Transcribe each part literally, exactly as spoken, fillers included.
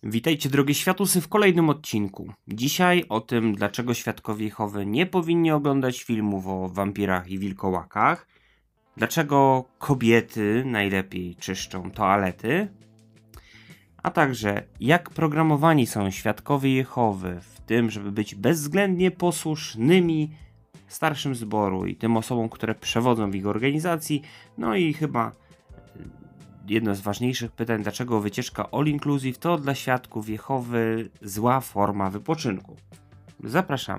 Witajcie drogie światusy w kolejnym odcinku. Dzisiaj o tym, dlaczego świadkowie Jehowy nie powinni oglądać filmów o wampirach i wilkołakach, dlaczego kobiety najlepiej czyszczą toalety, a także jak programowani są świadkowie Jehowy w tym, żeby być bezwzględnie posłusznymi starszym zboru i tym osobom, które przewodzą w ich organizacji. No i chyba jedno z ważniejszych pytań, dlaczego wycieczka all inclusive to dla świadków Jehowy zła forma wypoczynku. Zapraszamy.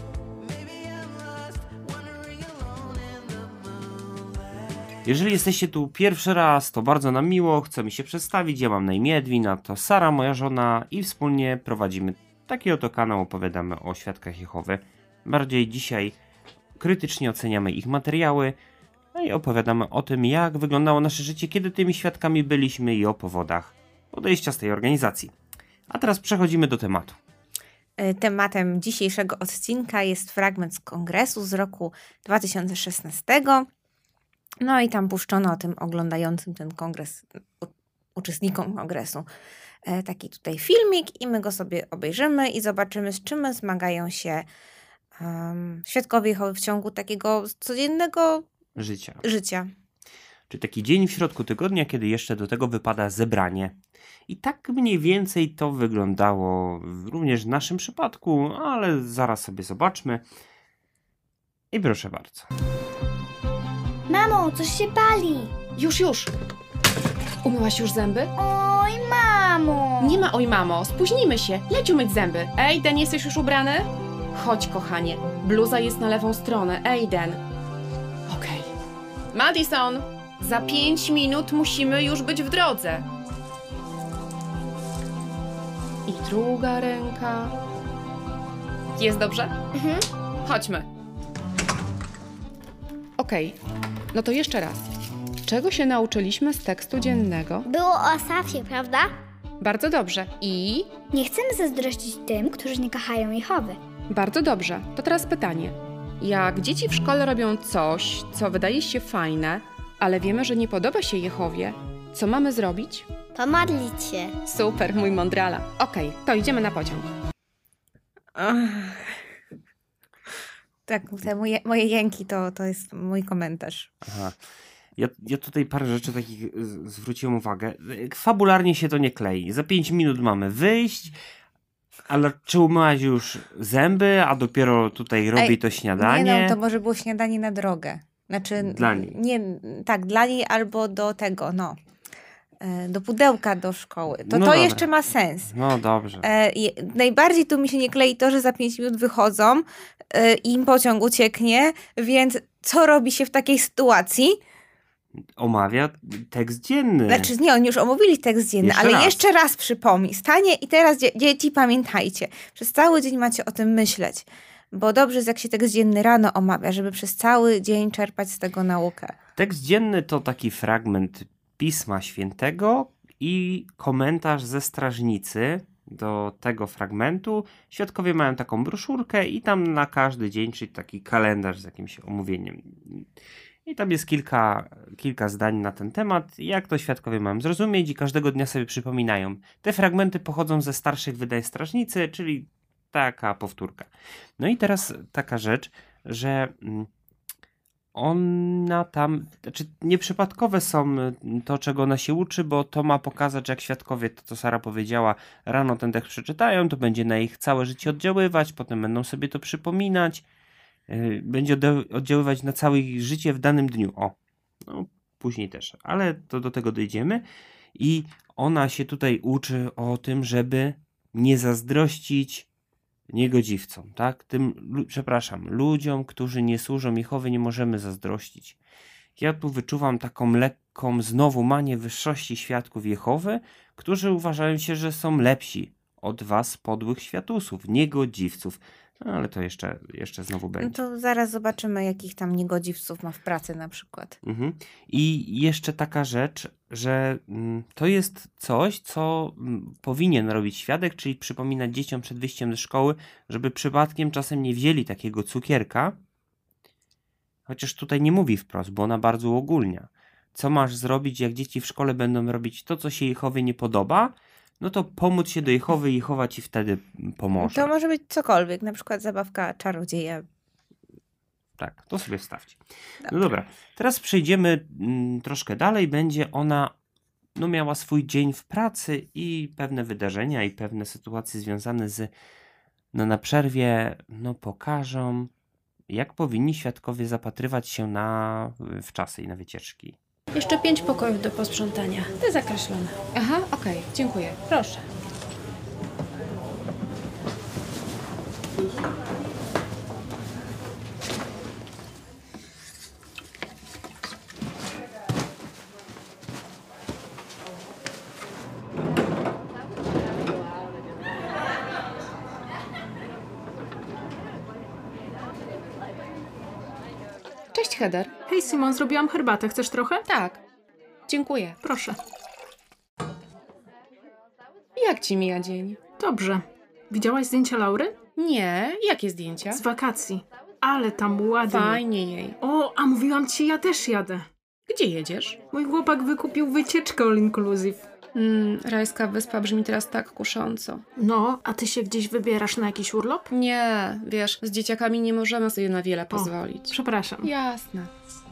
Jeżeli jesteście tu pierwszy raz, to bardzo nam miło, chcę mi się przedstawić, ja mam na imię Edwin, a to Sara, moja żona, i wspólnie prowadzimy taki oto kanał, opowiadamy o świadkach Jehowy. Bardziej dzisiaj krytycznie oceniamy ich materiały, no i opowiadamy o tym, jak wyglądało nasze życie, kiedy tymi świadkami byliśmy i o powodach odejścia z tej organizacji. A teraz przechodzimy do tematu. Tematem dzisiejszego odcinka jest fragment z kongresu z roku dwa tysiące szesnastego. No i tam puszczono o tym oglądającym ten kongres, u, uczestnikom kongresu, e, taki tutaj filmik i my go sobie obejrzymy i zobaczymy, z czym zmagają się um, świadkowie Jehowy w ciągu takiego codziennego Życia. życia. Czy taki dzień w środku tygodnia, kiedy jeszcze do tego wypada zebranie. I tak mniej więcej to wyglądało również w naszym przypadku, ale zaraz sobie zobaczmy. I proszę bardzo. Mamo, coś się pali! Już, już! Umyłaś już zęby? Oj, mamo! Nie ma oj mamo, spóźnimy się. Leć umyć zęby. Ejden, jesteś już ubrany? Chodź, kochanie. Bluza jest na lewą stronę. Ejden. Okej. Okay. Madison, za pięć minut musimy już być w drodze. I druga ręka. Jest dobrze? Mhm. Chodźmy. Okej, okay. No to jeszcze raz. Czego się nauczyliśmy z tekstu dziennego? Było o Asafie, prawda? Bardzo dobrze. I? Nie chcemy zazdrościć tym, którzy nie kochają Jehowy. Bardzo dobrze. To teraz pytanie. Jak dzieci w szkole robią coś, co wydaje się fajne, ale wiemy, że nie podoba się Jehowie, co mamy zrobić? Pomodlić się. Super, mój mądrala. Okej, okay, to idziemy na pociąg. Ach. Tak, te moje, moje jęki to, to jest mój komentarz. Aha. Ja, ja tutaj parę rzeczy takich z- zwróciłem uwagę. Fabularnie się to nie klei. Za pięć minut mamy wyjść, ale czy umyłaś już zęby, a dopiero tutaj robi Ej, to śniadanie? Nie no, to może było śniadanie na drogę. Znaczy, Dla niej. Nie, tak, dla niej albo do tego, no, e, do pudełka do szkoły. To, No to dobra. jeszcze ma sens. No dobrze. E, je, najbardziej tu mi się nie klei to, że za pięć minut wychodzą e, i im pociąg ucieknie, więc co robi się w takiej sytuacji? Omawia tekst dzienny. Znaczy nie, oni już omówili tekst dzienny, Jeszcze ale raz. jeszcze raz przypomnij. Stanie i teraz dzie- dzieci pamiętajcie, przez cały dzień macie o tym myśleć, bo dobrze jest jak się tekst dzienny rano omawia, żeby przez cały dzień czerpać z tego naukę. Tekst dzienny to taki fragment Pisma Świętego i komentarz ze strażnicy do tego fragmentu. Świadkowie mają taką broszurkę i tam na każdy dzień, czyli taki kalendarz z jakimś omówieniem. I tam jest kilka, kilka zdań na ten temat, jak to świadkowie mają zrozumieć i każdego dnia sobie przypominają. Te fragmenty pochodzą ze starszych wydań strażnicy, czyli taka powtórka. No i teraz taka rzecz, że mm, ona tam, znaczy nieprzypadkowe są to, czego ona się uczy, bo to ma pokazać, że jak świadkowie, to co Sara powiedziała, rano ten tekst przeczytają, to będzie na ich całe życie oddziaływać, potem będą sobie to przypominać, yy, będzie odde- oddziaływać na całe ich życie w danym dniu. O, no później też, ale to do tego dojdziemy. I ona się tutaj uczy o tym, żeby nie zazdrościć niegodziwcom, tak? Tym, lu- przepraszam, ludziom, którzy nie służą Jehowie, nie możemy zazdrościć. Ja tu wyczuwam taką lekką znowu manię wyższości świadków Jehowy, którzy uważają się, że są lepsi od was, podłych światusów, niegodziwców. No, ale to jeszcze, jeszcze znowu No będzie. to zaraz zobaczymy, jakich tam niegodziwców ma w pracy na przykład. Mhm. I jeszcze taka rzecz, że mm, to jest coś, co mm, powinien robić świadek, czyli przypominać dzieciom przed wyjściem do szkoły, żeby przypadkiem czasem nie wzięli takiego cukierka, chociaż tutaj nie mówi wprost, bo ona bardzo uogólnia. Co masz zrobić, jak dzieci w szkole będą robić to, co się Jehowie nie podoba, no to pomóc się do Jehowy i Jehowa ci wtedy pomoże. To może być cokolwiek, na przykład zabawka czarodzieja. Tak, to sobie wstawcie. No dobra, teraz przejdziemy mm, troszkę dalej. Będzie ona no, miała swój dzień w pracy i pewne wydarzenia i pewne sytuacje związane z no, na przerwie no, pokażą, jak powinni świadkowie zapatrywać się na w czasy i na wycieczki. Jeszcze pięć pokojów do posprzątania. Te zakreślone. Aha, okej, dziękuję. Proszę. Cześć, Heather. Hej Simon, zrobiłam herbatę. Chcesz trochę? Tak, dziękuję. Proszę. Jak ci mija dzień? Dobrze. Widziałaś zdjęcia Laury? Nie, jakie zdjęcia? Z wakacji. Ale tam ładnie. Fajnie jej. O, a mówiłam ci, ja też jadę. Gdzie jedziesz? Mój chłopak wykupił wycieczkę all inclusive. Mm, rajska wyspa brzmi teraz tak kusząco. No, a ty się gdzieś wybierasz na jakiś urlop? Nie, wiesz, z dzieciakami nie możemy sobie na wiele pozwolić. Przepraszam. Jasne.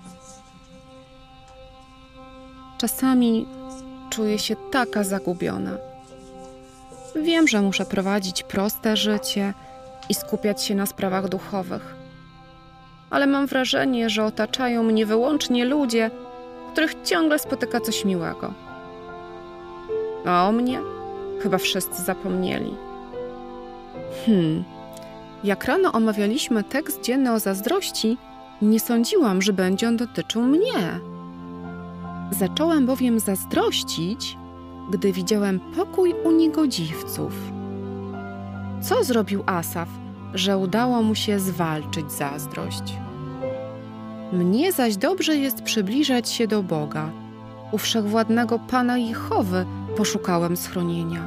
Czasami czuję się taka zagubiona. Wiem, że muszę prowadzić proste życie i skupiać się na sprawach duchowych. Ale mam wrażenie, że otaczają mnie wyłącznie ludzie, których ciągle spotyka coś miłego. A o mnie chyba wszyscy zapomnieli. Hmm. Jak rano omawialiśmy tekst dzienny o zazdrości, nie sądziłam, że będzie on dotyczył mnie. Zacząłem bowiem zazdrościć, gdy widziałem pokój u niegodziwców. Co zrobił Asaf, że udało mu się zwalczyć zazdrość? Mnie zaś dobrze jest przybliżać się do Boga. U wszechwładnego Pana Jehowy poszukałem schronienia.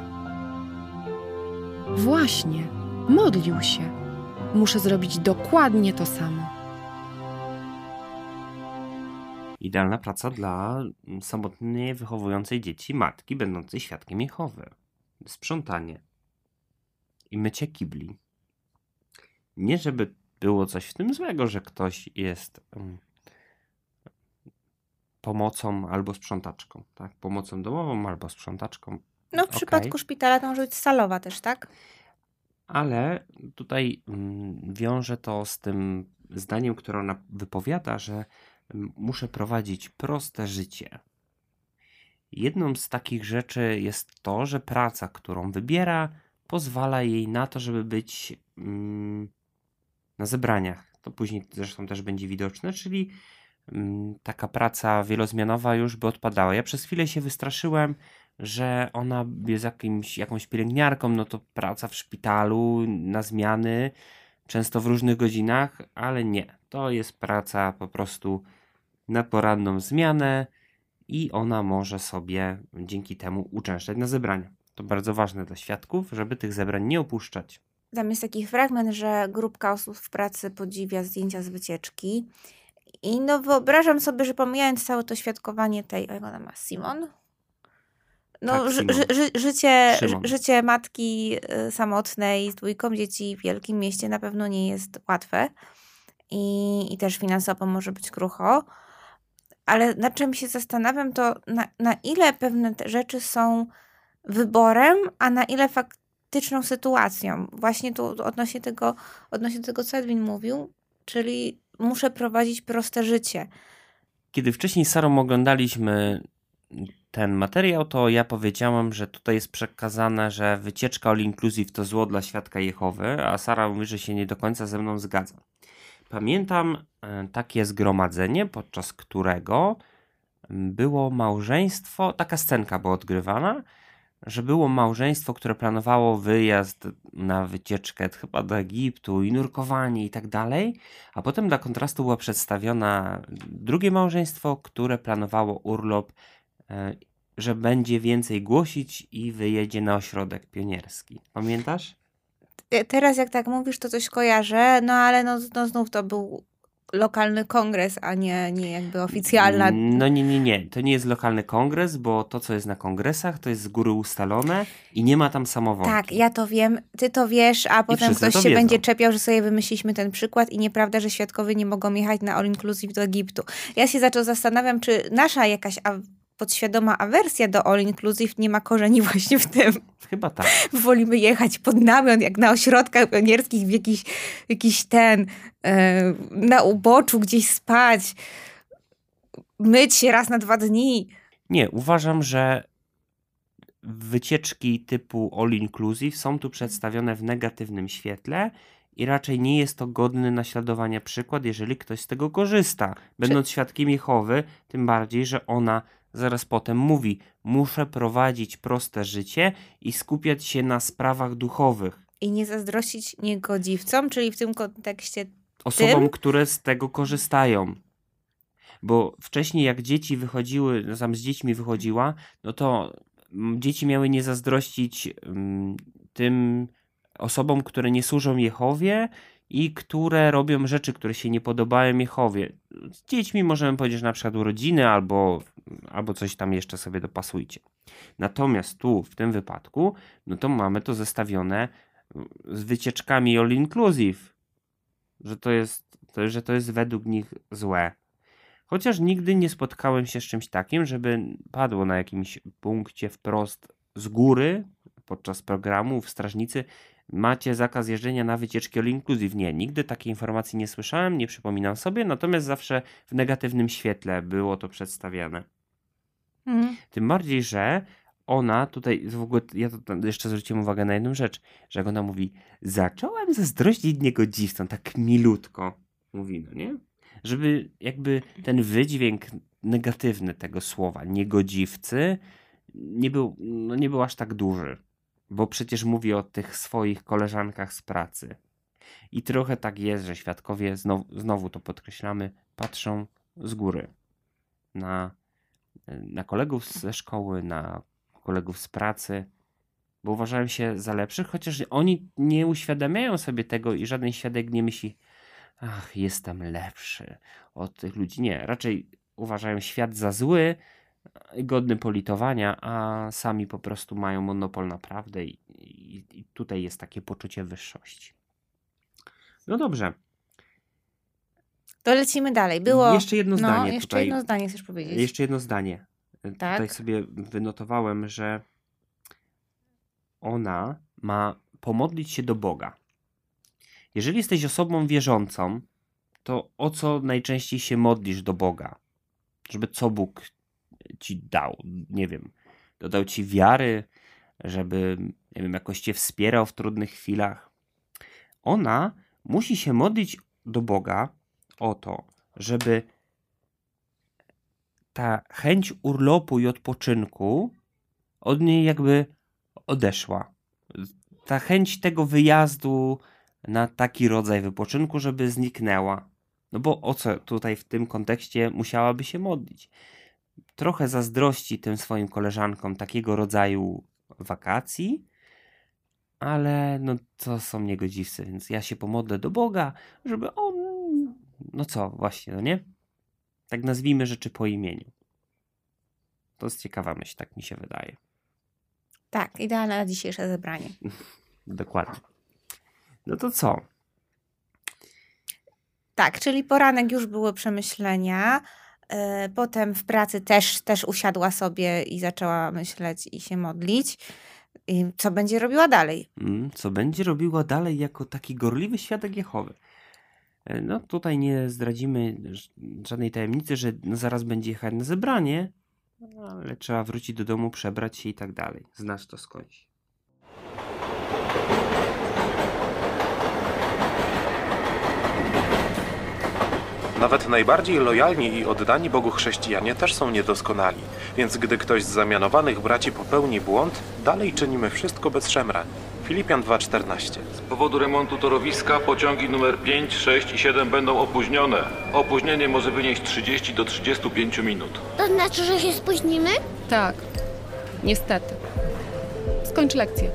Właśnie, modlił się. Muszę zrobić dokładnie to samo. Idealna praca dla samotnie wychowującej dzieci matki, będącej świadkiem Jehowy. Sprzątanie i mycie kibli. Nie żeby było coś w tym złego, że ktoś jest um, pomocą albo sprzątaczką. Tak? Pomocą domową albo sprzątaczką. No w Okej. przypadku szpitala to może być salowa też, tak? Ale tutaj mm, wiąże to z tym zdaniem, które ona wypowiada, że mm, muszę prowadzić proste życie. Jedną z takich rzeczy jest to, że praca, którą wybiera, pozwala jej na to, żeby być mm, na zebraniach. To później zresztą też będzie widoczne, czyli mm, taka praca wielozmianowa już by odpadała. Ja przez chwilę się wystraszyłem, że ona jest jakimś, jakąś pielęgniarką, no to praca w szpitalu na zmiany, często w różnych godzinach, ale nie. To jest praca po prostu na poranną zmianę i ona może sobie dzięki temu uczęszczać na zebrania. To bardzo ważne dla świadków, żeby tych zebrań nie opuszczać. Tam jest taki fragment, że grupka osób w pracy podziwia zdjęcia z wycieczki. I no wyobrażam sobie, że pomijając całe to świadkowanie tej, jak ona ma, Simon? No, Tak, ży, Simon. ży, ży, życie, Szymon. ży- życie matki y, samotnej z dwójką dzieci w wielkim mieście na pewno nie jest łatwe. I, i też finansowo może być krucho. Ale nad czym się zastanawiam, to na, na ile pewne te rzeczy są wyborem, a na ile faktyczną sytuacją. Właśnie tu odnośnie tego, odnośnie tego, co Edwin mówił, czyli muszę prowadzić proste życie. Kiedy wcześniej z Sarą oglądaliśmy ten materiał, to ja powiedziałam, że tutaj jest przekazane, że wycieczka all inclusive to zło dla świadka Jehowy, a Sara mówi, że się nie do końca ze mną zgadza. Pamiętam e, takie zgromadzenie, podczas którego było małżeństwo, taka scenka była odgrywana, że było małżeństwo, które planowało wyjazd na wycieczkę chyba do Egiptu i nurkowanie i tak dalej, a potem dla kontrastu była przedstawiona drugie małżeństwo, które planowało urlop, e, że będzie więcej głosić i wyjedzie na ośrodek pionierski. Pamiętasz? Te- Teraz jak tak mówisz, to coś kojarzę, no ale no, no znów to był lokalny kongres, a nie, nie jakby oficjalna. No nie, nie, nie. To nie jest lokalny kongres, bo to, co jest na kongresach, to jest z góry ustalone i nie ma tam samowolki. Tak, ja to wiem, ty to wiesz, a potem wszyscy ktoś to się wiedzą. będzie czepiał, że sobie wymyśliliśmy ten przykład i nieprawda, że świadkowie nie mogą jechać na all inclusive do Egiptu. Ja się zaczął zastanawiam, czy nasza jakaś a- podświadoma awersja do all inclusive nie ma korzeni właśnie w tym. Chyba tak. Wolimy jechać pod namiot, jak na ośrodkach pionierskich, w jakiś, jakiś ten, e, na uboczu gdzieś spać, myć się raz na dwa dni. Nie, uważam, że wycieczki typu all inclusive są tu przedstawione w negatywnym świetle i raczej nie jest to godny naśladowania przykład, jeżeli ktoś z tego korzysta. Będąc świadkiem Jehowy, tym bardziej, że ona zaraz potem mówi: muszę prowadzić proste życie i skupiać się na sprawach duchowych. I nie zazdrościć niegodziwcom, czyli w tym kontekście Osobom, Tym? które z tego korzystają. Bo wcześniej jak dzieci wychodziły, no tam z dziećmi wychodziła, no to mm, dzieci miały nie zazdrościć mm, tym osobom, które nie służą Jehowie i które robią rzeczy, które się nie podobają Jehowie. Z dziećmi możemy powiedzieć, że na przykład urodziny albo, albo coś tam jeszcze sobie dopasujcie. Natomiast tu, w tym wypadku, no to mamy to zestawione z wycieczkami all inclusive, że to jest, to, że to jest według nich złe. Chociaż nigdy nie spotkałem się z czymś takim, żeby padło na jakimś punkcie wprost z góry podczas programu w strażnicy: macie zakaz jeżdżenia na wycieczki all inclusive. Nie, nigdy takiej informacji nie słyszałem, nie przypominam sobie, natomiast zawsze w negatywnym świetle było to przedstawiane. Mm. Tym bardziej, że ona tutaj, w ogóle ja to jeszcze zwróciłem uwagę na jedną rzecz, że jak ona mówi: zacząłem zazdrościć niegodziwcom, tak milutko mówi, no nie? Żeby jakby ten wydźwięk negatywny tego słowa niegodziwcy nie był, no nie był aż tak duży, bo przecież mówi o tych swoich koleżankach z pracy. I trochę tak jest, że świadkowie, znowu, znowu to podkreślamy, patrzą z góry na, na kolegów ze szkoły, na kolegów z pracy, bo uważają się za lepszych, chociaż oni nie uświadamiają sobie tego i żaden świadek nie myśli: ach, jestem lepszy od tych ludzi. Nie, raczej uważają świat za zły, godny politowania, a sami po prostu mają monopol na prawdę i, i, i tutaj jest takie poczucie wyższości. No dobrze. To lecimy dalej. Było... Jeszcze jedno no, zdanie jeszcze tutaj. jedno zdanie chcesz powiedzieć. Jeszcze jedno zdanie. Tak. Tutaj sobie wynotowałem, że ona ma pomodlić się do Boga. Jeżeli jesteś osobą wierzącą, to o co najczęściej się modlisz do Boga? Żeby co Bóg ci dał? Nie wiem. Dodał ci wiary, żeby, nie wiem, jakoś cię wspierał w trudnych chwilach. Ona musi się modlić do Boga o to, żeby ta chęć urlopu i odpoczynku od niej jakby odeszła. Ta chęć tego wyjazdu na taki rodzaj wypoczynku, żeby zniknęła. No bo o co tutaj w tym kontekście musiałaby się modlić? Trochę zazdrości tym swoim koleżankom takiego rodzaju wakacji, ale no to są niegodziwcy, więc ja się pomodlę do Boga, żeby on, no co, właśnie, no nie? Tak nazwijmy rzeczy po imieniu. To jest ciekawa myśl, tak mi się wydaje. Tak, idealne na dzisiejsze zebranie. Dokładnie. No to co? Tak, czyli poranek już były przemyślenia. Yy, potem w pracy też, też usiadła sobie i zaczęła myśleć i się modlić. I co będzie robiła dalej? Mm, co będzie robiła dalej jako taki gorliwy świadek Jehowy? E, No tutaj nie zdradzimy ż- żadnej tajemnicy, że no zaraz będzie jechać na zebranie, ale trzeba wrócić do domu, przebrać się i tak dalej. Znasz to skądś. Nawet najbardziej lojalni i oddani Bogu chrześcijanie też są niedoskonali, więc gdy ktoś z zamianowanych braci popełni błąd, dalej czynimy wszystko bez szemrań. Filipian dwa czternaście. Z powodu remontu torowiska pociągi numer pięć, sześć i siedem będą opóźnione. Opóźnienie może wynieść trzydzieści do trzydziestu pięciu minut. To znaczy, że się spóźnimy? Tak, niestety. Skończ lekcję.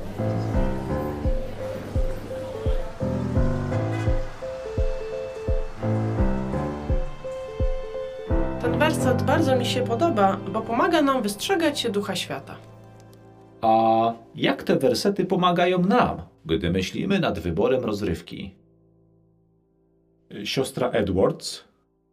werset bardzo mi się podoba, bo pomaga nam wystrzegać się ducha świata. A jak te wersety pomagają nam, gdy myślimy nad wyborem rozrywki? Siostra Edwards?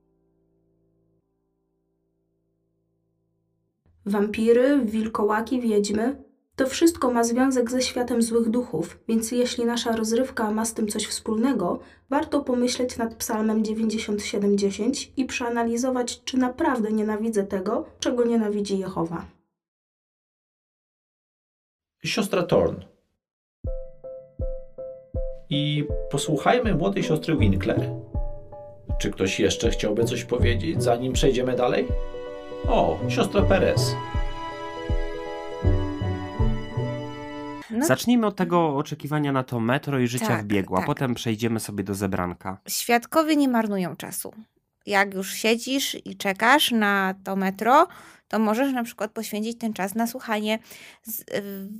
Wampiry, wilkołaki, wiedźmy to wszystko ma związek ze światem złych duchów, więc jeśli nasza rozrywka ma z tym coś wspólnego, warto pomyśleć nad psalmem dziewięćdziesiąt siedem dziesięć i przeanalizować, czy naprawdę nienawidzę tego, czego nienawidzi Jehowa. Siostra Thorn. I posłuchajmy młodej siostry Winkler. Czy ktoś jeszcze chciałby coś powiedzieć, zanim przejdziemy dalej? O, siostra Perez. No, Zacznijmy od tego oczekiwania na to metro i życia Tak, w biegu, a tak. potem przejdziemy sobie do zebranka. świadkowie nie marnują czasu. Jak już siedzisz i czekasz na to metro, to możesz na przykład poświęcić ten czas na słuchanie, z, y,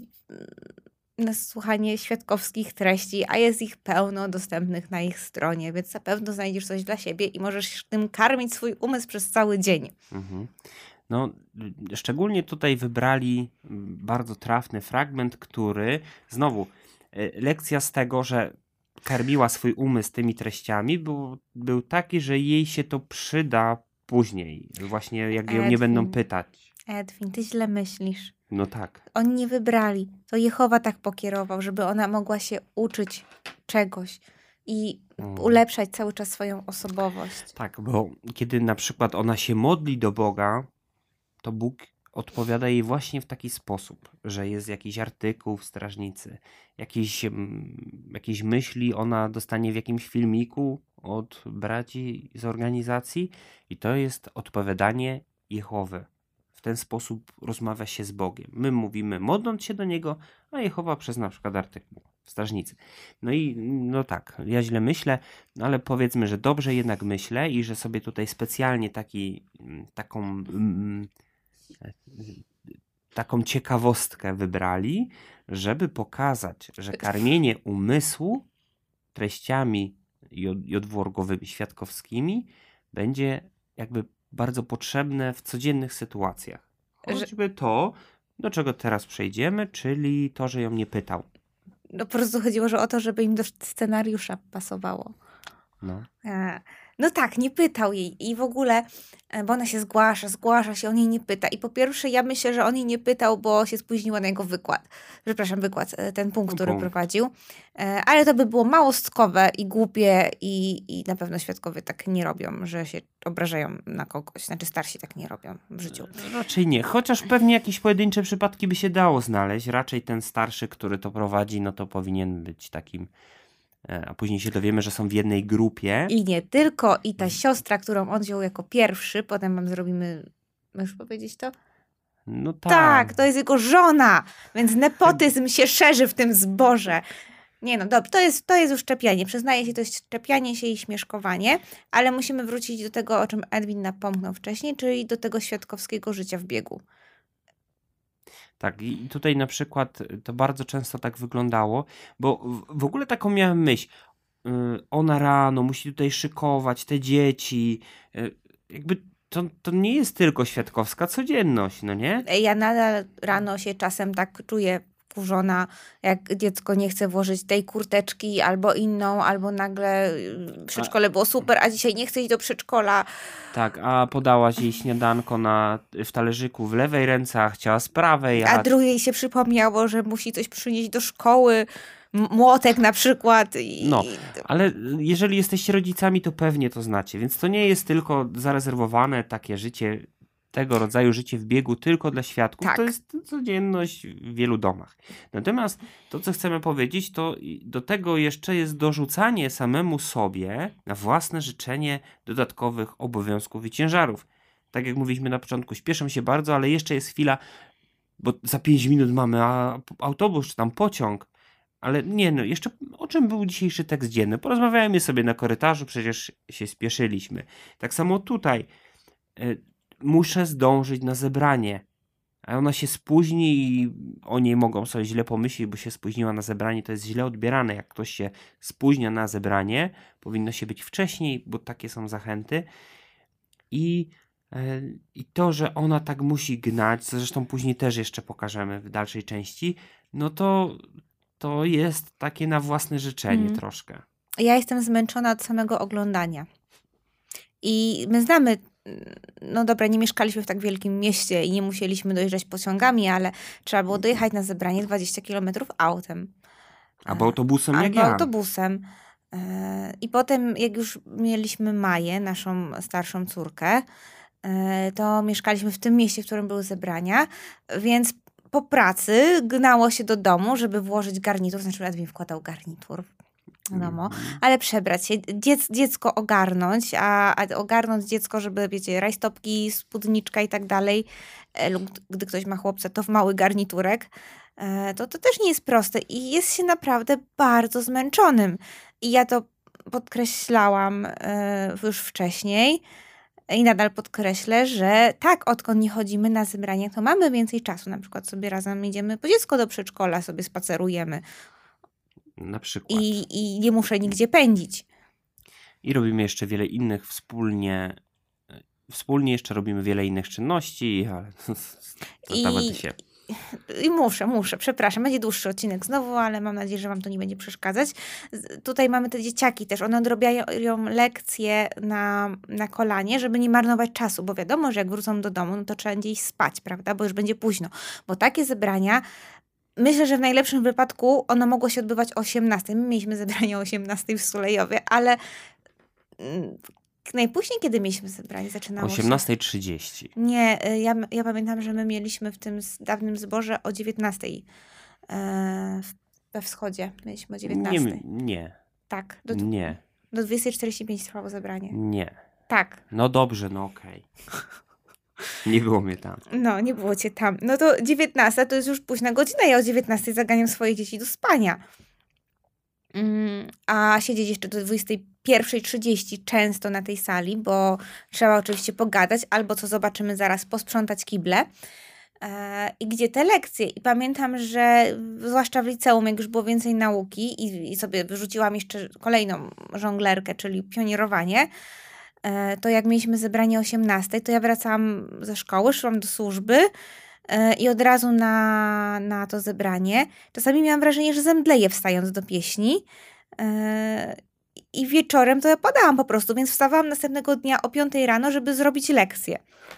na słuchanie świadkowskich treści, a jest ich pełno dostępnych na ich stronie, więc na pewno znajdziesz coś dla siebie i możesz tym karmić swój umysł przez cały dzień. Mhm. No, y, szczególnie tutaj wybrali mm, bardzo trafny fragment, który znowu y, lekcja z tego, że karmiła swój umysł tymi treściami, był, był taki, że jej się to przyda później. Właśnie jak ją nie będą Edwin. pytać. Edwin, ty źle myślisz. No tak. Oni nie wybrali. To Jehowa tak pokierował, żeby ona mogła się uczyć czegoś i Mm. ulepszać cały czas swoją osobowość. Tak, bo kiedy na przykład ona się modli do Boga, to Bóg odpowiada jej właśnie w taki sposób, że jest jakiś artykuł w strażnicy, jakieś, mm, jakieś myśli ona dostanie w jakimś filmiku od braci z organizacji i to jest odpowiadanie Jehowy. W ten sposób rozmawia się z Bogiem. My mówimy modląc się do Niego, a Jehowa przez na przykład artykuł w strażnicy. No i no tak, ja źle myślę, no ale powiedzmy, że dobrze jednak myślę i że sobie tutaj specjalnie taki, mm, taką, mm, e, taką ciekawostkę wybrali, żeby pokazać, że karmienie umysłu treściami jod- jodworgowymi, świadkowskimi będzie jakby bardzo potrzebne w codziennych sytuacjach. Że- Choćby to, do czego teraz przejdziemy, czyli to, że ją nie pytał. No po prostu chodziło że o to, żeby im do scenariusza pasowało. No. E, No tak, nie pytał jej i w ogóle, e, bo ona się zgłasza, zgłasza się, on jej nie pyta. I po pierwsze ja myślę, że on jej nie pytał, bo się spóźniła na jego wykład. Przepraszam, wykład, e, ten punkt, No, który punkt. prowadził. E, Ale to by było małostkowe i głupie i, i na pewno świadkowie tak nie robią, że się obrażają na kogoś. Znaczy starsi tak nie robią w życiu. Raczej nie, chociaż pewnie jakieś pojedyncze przypadki by się dało znaleźć. Raczej ten starszy, który to prowadzi, no to powinien być takim, e, a później się dowiemy, że są w jednej grupie. I nie tylko, i ta siostra, którą on wziął jako pierwszy, potem wam zrobimy, możesz powiedzieć to? No tak. Tak, to jest jego żona, więc nepotyzm się szerzy w tym zborze. Nie no, dobrze, to jest, to jest już czepianie. Przyznaję się, to jest czepianie się i śmieszkowanie, ale musimy wrócić do tego, o czym Edwin napomknął wcześniej, czyli do tego świadkowskiego życia w biegu. Tak, i tutaj na przykład to bardzo często tak wyglądało, bo w- w ogóle taką miałem myśl. y, Ona rano musi tutaj szykować te dzieci. y, Jakby to, to nie jest tylko świadkowska codzienność, no nie? Ja nadal rano się czasem tak czuję wkurzona, jak dziecko nie chce włożyć tej kurteczki albo inną, albo nagle y, przedszkole było super, a dzisiaj nie chce iść do przedszkola. Tak, a podałaś jej śniadanko na, w talerzyku w lewej ręce, a chciała z prawej. A drugiej się przypomniało, że musi coś przynieść do szkoły, m- młotek na przykład. I, No, ale jeżeli jesteście rodzicami, to pewnie to znacie, więc to nie jest tylko zarezerwowane takie życie, tego rodzaju życie w biegu tylko dla świadków, Tak. to jest codzienność w wielu domach. Natomiast to, co chcemy powiedzieć, to i do tego jeszcze jest dorzucanie samemu sobie na własne życzenie dodatkowych obowiązków i ciężarów. Tak jak mówiliśmy na początku, śpieszę się bardzo, ale jeszcze jest chwila, bo za pięć minut mamy a, autobus czy tam pociąg. Ale nie no, jeszcze o czym był dzisiejszy tekst dzienny? Porozmawiajmy sobie na korytarzu, przecież się spieszyliśmy. Tak samo tutaj. Y, muszę zdążyć na zebranie. A ona się spóźni i o niej mogą sobie źle pomyśleć, bo się spóźniła na zebranie. To jest źle odbierane. Jak ktoś się spóźnia na zebranie, powinno się być wcześniej, bo takie są zachęty. I I to, że ona tak musi gnać, co zresztą później też jeszcze pokażemy w dalszej części, no to to jest takie na własne życzenie Mm. troszkę. Ja jestem zmęczona od samego oglądania. I my znamy, no dobra, nie mieszkaliśmy w tak wielkim mieście i nie musieliśmy dojeżdżać pociągami, ale trzeba było dojechać na zebranie dwadzieścia kilometrów autem. Albo autobusem jak Albo ja. autobusem. E, I potem, jak już mieliśmy Maję, naszą starszą córkę, e, to mieszkaliśmy w tym mieście, w którym były zebrania, więc po pracy gnało się do domu, żeby włożyć garnitur, znaczy Edwin wkładał garnitur, wiadomo, ale przebrać się, dziec, dziecko ogarnąć, a, a ogarnąć dziecko, żeby, wiecie, rajstopki, spódniczka i tak dalej, e, lub gdy ktoś ma chłopca, to w mały garniturek, e, to to też nie jest proste i jest się naprawdę bardzo zmęczonym. I ja to podkreślałam e, już wcześniej i nadal podkreślę, że tak, odkąd nie chodzimy na zebrania, to mamy więcej czasu. Na przykład sobie razem idziemy po dziecko do przedszkola, sobie spacerujemy Na przykład. i, i nie muszę nigdzie pędzić. I robimy jeszcze wiele innych wspólnie. Wspólnie jeszcze robimy wiele innych czynności, ale zostawiamy I, się. I muszę, muszę, przepraszam, będzie dłuższy odcinek znowu, ale mam nadzieję, że wam to nie będzie przeszkadzać. Z- Tutaj mamy te dzieciaki też, one odrabiają lekcje na, na kolanie, żeby nie marnować czasu, bo wiadomo, że jak wrócą do domu, no to trzeba będzie iść spać, prawda, bo już będzie późno. Bo takie zebrania, myślę, że w najlepszym wypadku ono mogło się odbywać o osiemnastej. My mieliśmy zebranie o osiemnastej w Sulejowie, ale mm, najpóźniej, kiedy mieliśmy zebranie, zaczynało się... osiemnasta trzydzieści. Nie, y, ja, ja pamiętam, że my mieliśmy w tym s- dawnym zborze o dziewiętnastej e, w- we wschodzie. Mieliśmy o Nie, dziewiętnastej. nie, Tak, do, nie, do dwudziestej czterdzieści pięć trwało zebranie. nie. Tak, No dobrze, no okej. Nie było mnie tam. no nie było cię tam. No to dziewiętnasta to jest już późna godzina, ja o dziewiętnastej zaganiam swoje dzieci do spania. Mm, a siedzieć jeszcze do dwudziestej pierwszej trzydzieści często na tej sali, bo trzeba oczywiście pogadać, albo co zobaczymy zaraz, posprzątać kible. E, I gdzie te lekcje? I pamiętam, że w- zwłaszcza w liceum, jak już było więcej nauki i, i sobie wyrzuciłam jeszcze kolejną żonglerkę, czyli pionierowanie, e, to jak mieliśmy zebranie o osiemnastej, to ja wracałam ze szkoły, szłam do służby e, i od razu na, na to zebranie. Czasami miałam wrażenie, że zemdleję wstając do pieśni. E, I wieczorem to ja padałam po prostu, więc wstawałam następnego dnia o piątej rano, żeby zrobić lekcję.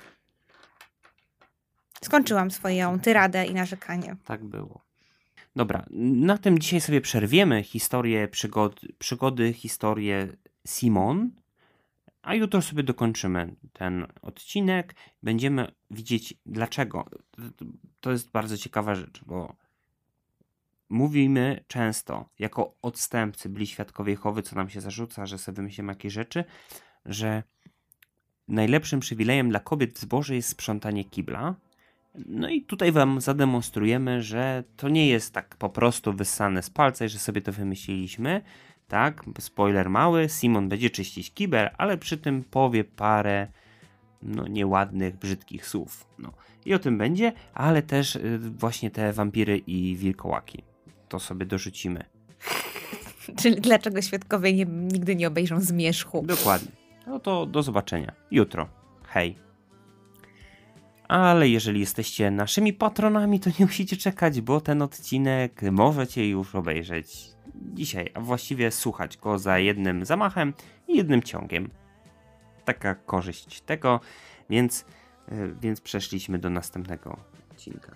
Skończyłam swoją tyradę i narzekanie. Tak było. Dobra, na tym dzisiaj sobie przerwiemy historię przygody, przygody historię Simon, a jutro sobie dokończymy ten odcinek. Będziemy widzieć dlaczego. To jest bardzo ciekawa rzecz, bo mówimy często, jako odstępcy, byli świadkowie Jehowy, co nam się zarzuca, że sobie wymyślimy jakieś rzeczy, że najlepszym przywilejem dla kobiet w zborze jest sprzątanie kibla. No i tutaj wam zademonstrujemy, że to nie jest tak po prostu wyssane z palca i że sobie to wymyśliliśmy. Tak, spoiler mały, Simon będzie czyścić kibel, ale przy tym powie parę no, nieładnych, brzydkich słów. No. I o tym będzie, ale też y, właśnie te wampiry i wilkołaki. To sobie dorzucimy. Czyli dlaczego świadkowie nie, nigdy nie obejrzą zmierzchu? Dokładnie. No to do zobaczenia jutro. Hej. Ale jeżeli jesteście naszymi patronami, to nie musicie czekać, bo ten odcinek możecie już obejrzeć dzisiaj, a właściwie słuchać go za jednym zamachem i jednym ciągiem. Taka korzyść tego, więc, yy, więc przeszliśmy do następnego odcinka.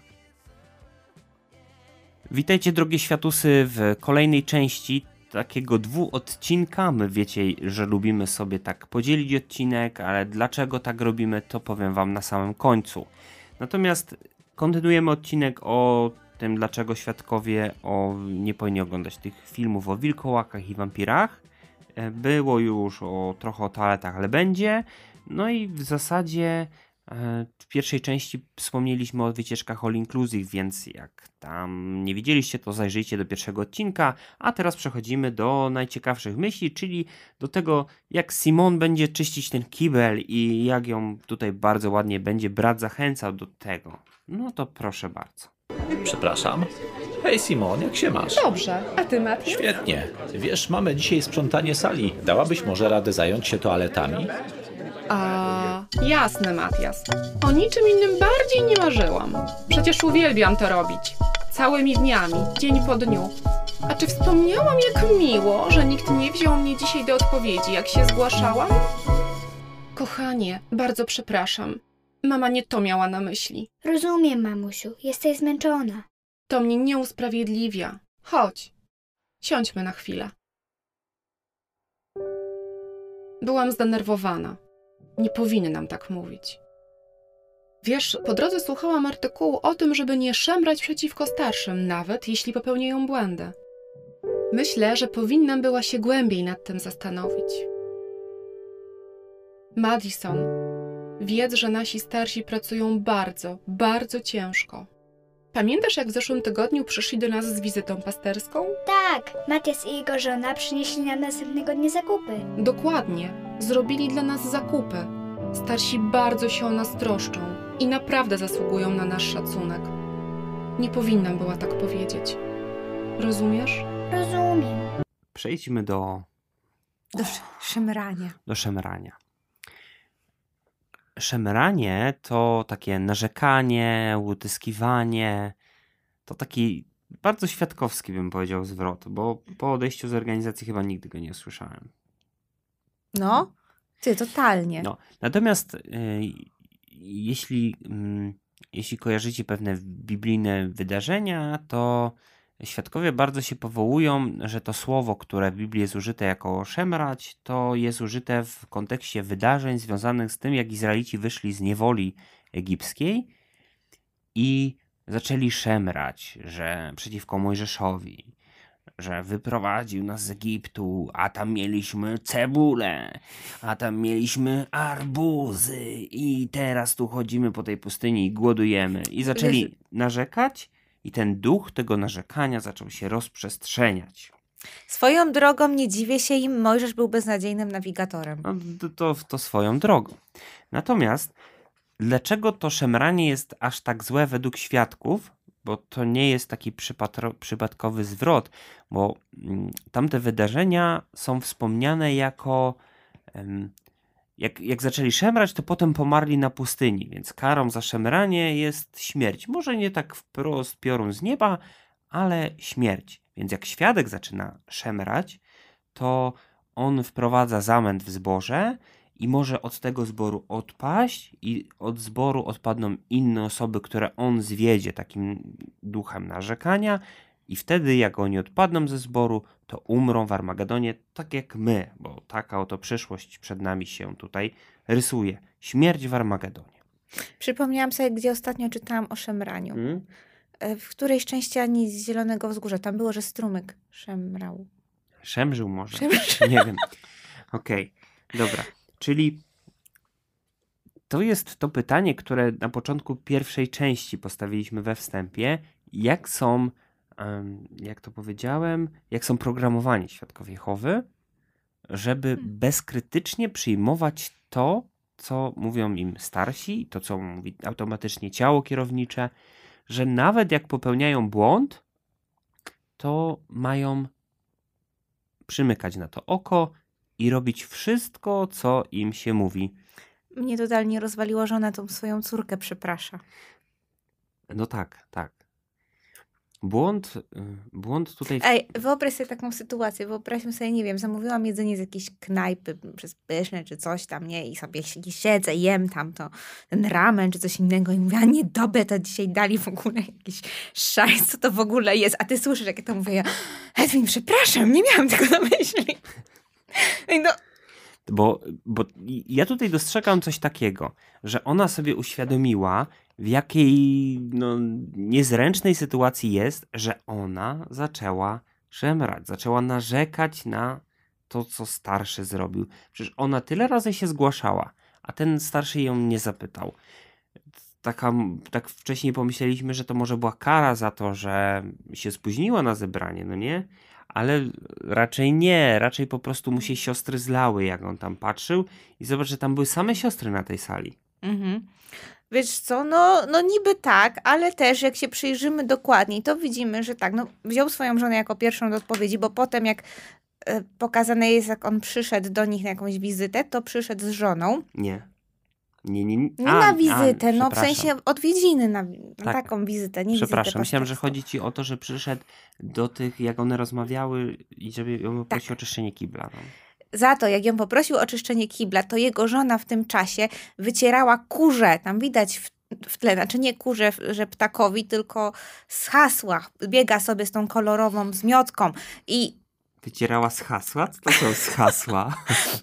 Witajcie, drogie światusy, w kolejnej części takiego dwuodcinka. My wiecie, że lubimy sobie tak podzielić odcinek, ale dlaczego tak robimy, to powiem wam na samym końcu. Natomiast kontynuujemy odcinek o tym, dlaczego świadkowie o, nie powinni oglądać tych filmów o wilkołakach i wampirach. Było już o trochę o toaletach, ale będzie. No i w zasadzie w pierwszej części wspomnieliśmy o wycieczkach all inclusive, więc jak tam nie widzieliście, to zajrzyjcie do pierwszego odcinka, a teraz przechodzimy do najciekawszych myśli, czyli do tego, jak Simon będzie czyścić ten kibel i jak ją tutaj bardzo ładnie będzie brat zachęcał do tego. No to proszę bardzo. Przepraszam. Hej Simon, jak się masz? Dobrze, a ty, Mati? Świetnie. Wiesz, mamy dzisiaj sprzątanie sali. Dałabyś może radę zająć się toaletami? A, jasne, Matias. O niczym innym bardziej nie marzyłam. Przecież uwielbiam to robić. Całymi dniami, dzień po dniu. A czy wspomniałam, jak miło, że nikt nie wziął mnie dzisiaj do odpowiedzi, jak się zgłaszałam? Kochanie, bardzo przepraszam. Mama nie to miała na myśli. Rozumiem, mamusiu. Jesteś zmęczona. To mnie nie usprawiedliwia. Chodź. Siądźmy na chwilę. Byłam zdenerwowana. Nie powinnam tak mówić. Wiesz, po drodze słuchałam artykułu o tym, żeby nie szemrać przeciwko starszym, nawet jeśli popełniają błędy. Myślę, że powinnam była się głębiej nad tym zastanowić. Madison, wiedz, że nasi starsi pracują bardzo, bardzo ciężko. Pamiętasz, jak w zeszłym tygodniu przyszli do nas z wizytą pasterską? Tak, Matias i jego żona przynieśli nam następnego dnia zakupy. Dokładnie. Zrobili dla nas zakupy. Starsi bardzo się o nas troszczą i naprawdę zasługują na nasz szacunek. Nie powinnam była tak powiedzieć. Rozumiesz? Rozumiem. Przejdźmy do... Do sz- szemrania. Do szemrania. Szemranie to takie narzekanie, utyskiwanie. To taki bardzo świadkowski, bym powiedział, zwrot, bo po odejściu z organizacji chyba nigdy go nie słyszałem. No, ty, totalnie. No. Natomiast y, jeśli, y, jeśli kojarzycie pewne biblijne wydarzenia, to świadkowie bardzo się powołują, że to słowo, które w Biblii jest użyte jako szemrać, to jest użyte w kontekście wydarzeń związanych z tym, jak Izraelici wyszli z niewoli egipskiej i zaczęli szemrać, że przeciwko Mojżeszowi, że wyprowadził nas z Egiptu, a tam mieliśmy cebulę, a tam mieliśmy arbuzy i teraz tu chodzimy po tej pustyni i głodujemy. I zaczęli narzekać i ten duch tego narzekania zaczął się rozprzestrzeniać. Swoją drogą nie dziwię się im, Mojżesz był beznadziejnym nawigatorem. No, to, to, to swoją drogą. Natomiast dlaczego to szemranie jest aż tak złe według świadków? Bo to nie jest taki przypatro, przypadkowy zwrot, bo mm, tamte wydarzenia są wspomniane jako em, jak, jak zaczęli szemrać, to potem pomarli na pustyni, więc karą za szemranie jest śmierć. Może nie tak wprost piorun z nieba, ale śmierć. Więc jak świadek zaczyna szemrać, to on wprowadza zamęt w zborze i może od tego zboru odpaść i od zboru odpadną inne osoby, które on zwiedzie takim duchem narzekania i wtedy jak oni odpadną ze zboru, to umrą w Armagedonie tak jak my, bo taka oto przyszłość przed nami się tutaj rysuje. Śmierć w Armagedonie. Przypomniałam sobie, gdzie ostatnio czytałam o szemraniu. Hmm? W którejś części Ani z Zielonego Wzgórza. Tam było, że strumyk szemrał. Szemrzył może? Szemrzył. Nie wiem. Okej, okay. Dobra. Czyli to jest to pytanie, które na początku pierwszej części postawiliśmy we wstępie. Jak są, jak to powiedziałem, jak są programowani świadkowie Jehowy, żeby bezkrytycznie przyjmować to, co mówią im starsi, to, co mówi automatycznie ciało kierownicze, że nawet jak popełniają błąd, to mają przymykać na to oko i robić wszystko, co im się mówi. Mnie totalnie rozwaliło, że ona tą swoją córkę przeprasza. No tak, tak. Błąd, błąd tutaj... Ej, wyobraź sobie taką sytuację. Wyobraźmy sobie, nie wiem, zamówiłam jedzenie z jakiejś knajpy przez pyszne czy coś tam, nie? I sobie siedzę, jem tam to, ten ramen czy coś innego i mówię, a nie, dobre to dzisiaj dali w ogóle jakiś szajs, co to w ogóle jest? A ty słyszysz, jak ja to mówię, ja, Edwin, przepraszam, nie miałam tego na myśli. No. Bo, bo ja tutaj dostrzegam coś takiego, że ona sobie uświadomiła, w jakiej no, niezręcznej sytuacji jest, że ona zaczęła szemrać, zaczęła narzekać na to, co starszy zrobił. Przecież ona tyle razy się zgłaszała, a ten starszy ją nie zapytał. Taka, tak wcześniej pomyśleliśmy, że to może była kara za to, że się spóźniła na zebranie, no nie? Ale raczej nie, raczej po prostu mu się siostry zlały, jak on tam patrzył i zobacz, że tam były same siostry na tej sali. Mhm. Wiesz co, no, no niby tak, ale też jak się przyjrzymy dokładniej, to widzimy, że tak, no wziął swoją żonę jako pierwszą do odpowiedzi, bo potem jak y, pokazane jest, jak on przyszedł do nich na jakąś wizytę, to przyszedł z żoną. Nie. Nie, nie, nie. Nie A, na wizytę, a, no w przepraszam. sensie odwiedziny, na, na Tak. taką wizytę, nie Przepraszam, wizytę myślałem, że pasterstwa. chodzi ci o to, że przyszedł do tych, jak one rozmawiały i żeby ją poprosił o czyszczenie kibla. No. Za to, jak ją poprosił o czyszczenie kibla, to jego żona w tym czasie wycierała kurze. Tam widać w, w tle, znaczy nie kurze, że ptakowi, tylko z hasła. Biega sobie z tą kolorową zmiotką i Wycierała z hasła? Co to są z hasła?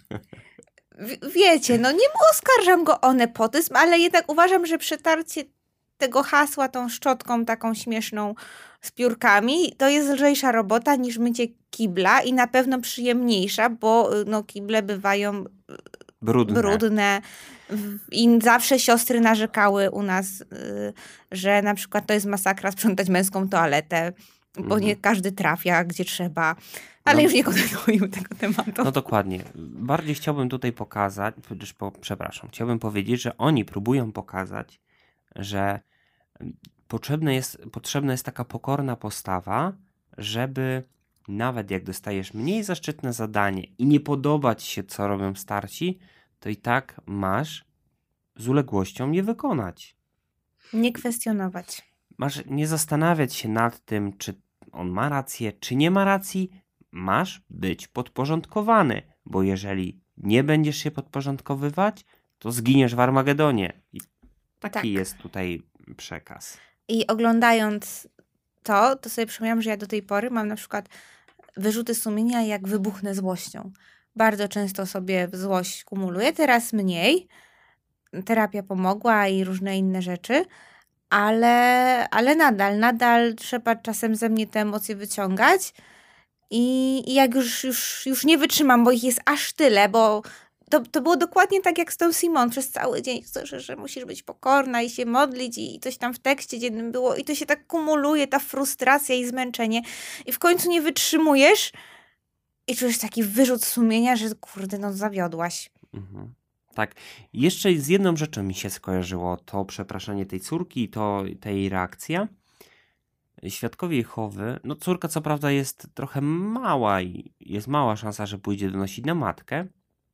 w- wiecie, no nie oskarżam go o nepotyzm, ale jednak uważam, że przetarcie tego hasła tą szczotką taką śmieszną z piórkami, to jest lżejsza robota niż mycie kibla i na pewno przyjemniejsza, bo y, no, kible bywają Brudne. brudne. W- I zawsze siostry narzekały u nas, y, że na przykład to jest masakra sprzątać męską toaletę, bo Mhm. nie każdy trafia gdzie trzeba. Ale No. już nie kontynuujmy tego tematu. No dokładnie. Bardziej chciałbym tutaj pokazać, przecież po, przepraszam, chciałbym powiedzieć, że oni próbują pokazać, że potrzebna jest, potrzebna jest taka pokorna postawa, żeby nawet jak dostajesz mniej zaszczytne zadanie i nie podoba ci się, co robią starsi, to i tak masz z uległością je wykonać. Nie kwestionować. Masz nie zastanawiać się nad tym, czy on ma rację, czy nie ma racji. Masz być podporządkowany, bo jeżeli nie będziesz się podporządkowywać, to zginiesz w Armagedonie. I taki Tak. jest tutaj przekaz. I oglądając to, to sobie przypomniałam, że ja do tej pory mam na przykład wyrzuty sumienia, jak wybuchnę złością. Bardzo często sobie złość kumuluję, teraz mniej. Terapia pomogła i różne inne rzeczy, ale, ale nadal, nadal trzeba czasem ze mnie te emocje wyciągać. I, i jak już, już, już nie wytrzymam, bo ich jest aż tyle, bo to, to było dokładnie tak jak z tą Simon przez cały dzień, że, że musisz być pokorna i się modlić i, i coś tam w tekście dziennym było i to się tak kumuluje, ta frustracja i zmęczenie i w końcu nie wytrzymujesz i czujesz taki wyrzut sumienia, że kurde, no zawiodłaś. Mhm. Tak. Jeszcze z jedną rzeczą mi się skojarzyło to przepraszanie tej córki i to ta jej reakcja. Świadkowie Jehowy, no córka co prawda jest trochę mała i jest mała szansa, że pójdzie donosić na matkę,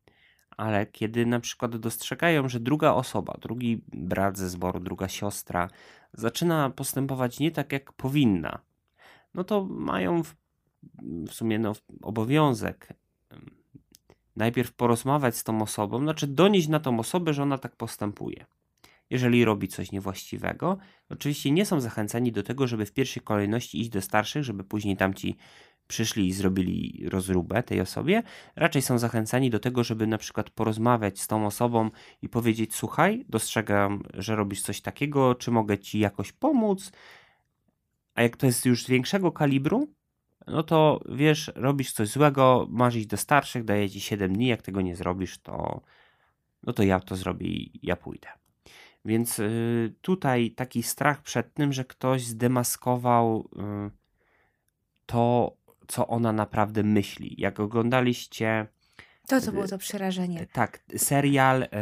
ale kiedy na przykład dostrzegają, że druga osoba, drugi brat ze zboru, druga siostra zaczyna postępować nie tak jak powinna, no to mają w, w sumie no, obowiązek em, najpierw porozmawiać z tą osobą, znaczy donieść na tą osobę, że ona tak postępuje. Jeżeli robi coś niewłaściwego, oczywiście nie są zachęcani do tego, żeby w pierwszej kolejności iść do starszych, żeby później tamci przyszli i zrobili rozróbę tej osobie. Raczej są zachęcani do tego, żeby na przykład porozmawiać z tą osobą i powiedzieć: słuchaj, dostrzegam, że robisz coś takiego, czy mogę ci jakoś pomóc? A jak to jest już z większego kalibru, no to wiesz, robisz coś złego, masz iść do starszych, daję ci siedem dni, jak tego nie zrobisz, to no to ja to zrobię i ja pójdę. Więc y, tutaj taki strach przed tym, że ktoś zdemaskował y, to, co ona naprawdę myśli. Jak oglądaliście To to było to przerażenie. tak, serial y,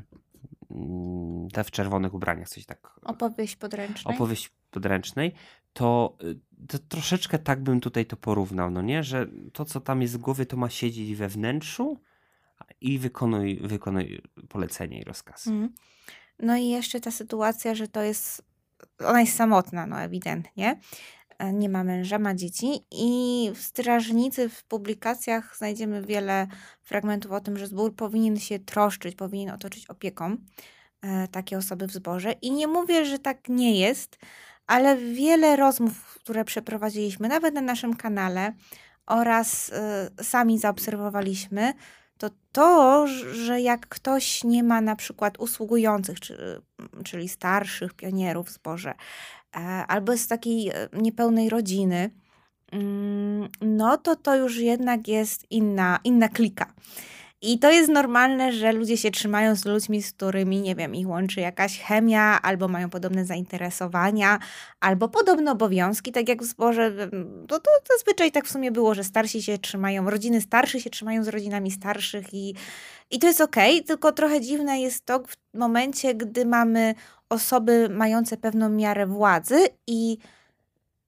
y, Te w czerwonych ubraniach, coś tak, Opowieść podręcznej. opowieść podręcznej, to, y, to troszeczkę tak bym tutaj to porównał, no nie? Że to, co tam jest w głowie, to ma siedzieć we wnętrzu i wykonuj, wykonuj polecenie i rozkaz. Mhm. No i jeszcze ta sytuacja, że to jest, ona jest samotna, no ewidentnie. E, Nie ma męża, ma dzieci i w strażnicy w publikacjach znajdziemy wiele fragmentów o tym, że zbór powinien się troszczyć, powinien otoczyć opieką e, takie osoby w zborze. I nie mówię, że tak nie jest, ale wiele rozmów, które przeprowadziliśmy, nawet na naszym kanale oraz e, sami zaobserwowaliśmy, to to, że jak ktoś nie ma na przykład usługujących, czy, czyli starszych pionierów w zborze, e, albo z takiej e, niepełnej rodziny, mm, no to to już jednak jest inna, inna klika. I to jest normalne, że ludzie się trzymają z ludźmi, z którymi, nie wiem, ich łączy jakaś chemia, albo mają podobne zainteresowania, albo podobne obowiązki, tak jak w zborze. To, to zazwyczaj tak w sumie było, że starsi się trzymają, rodziny starszych się trzymają z rodzinami starszych i, i to jest okej, tylko trochę dziwne jest to w momencie, gdy mamy osoby mające pewną miarę władzy i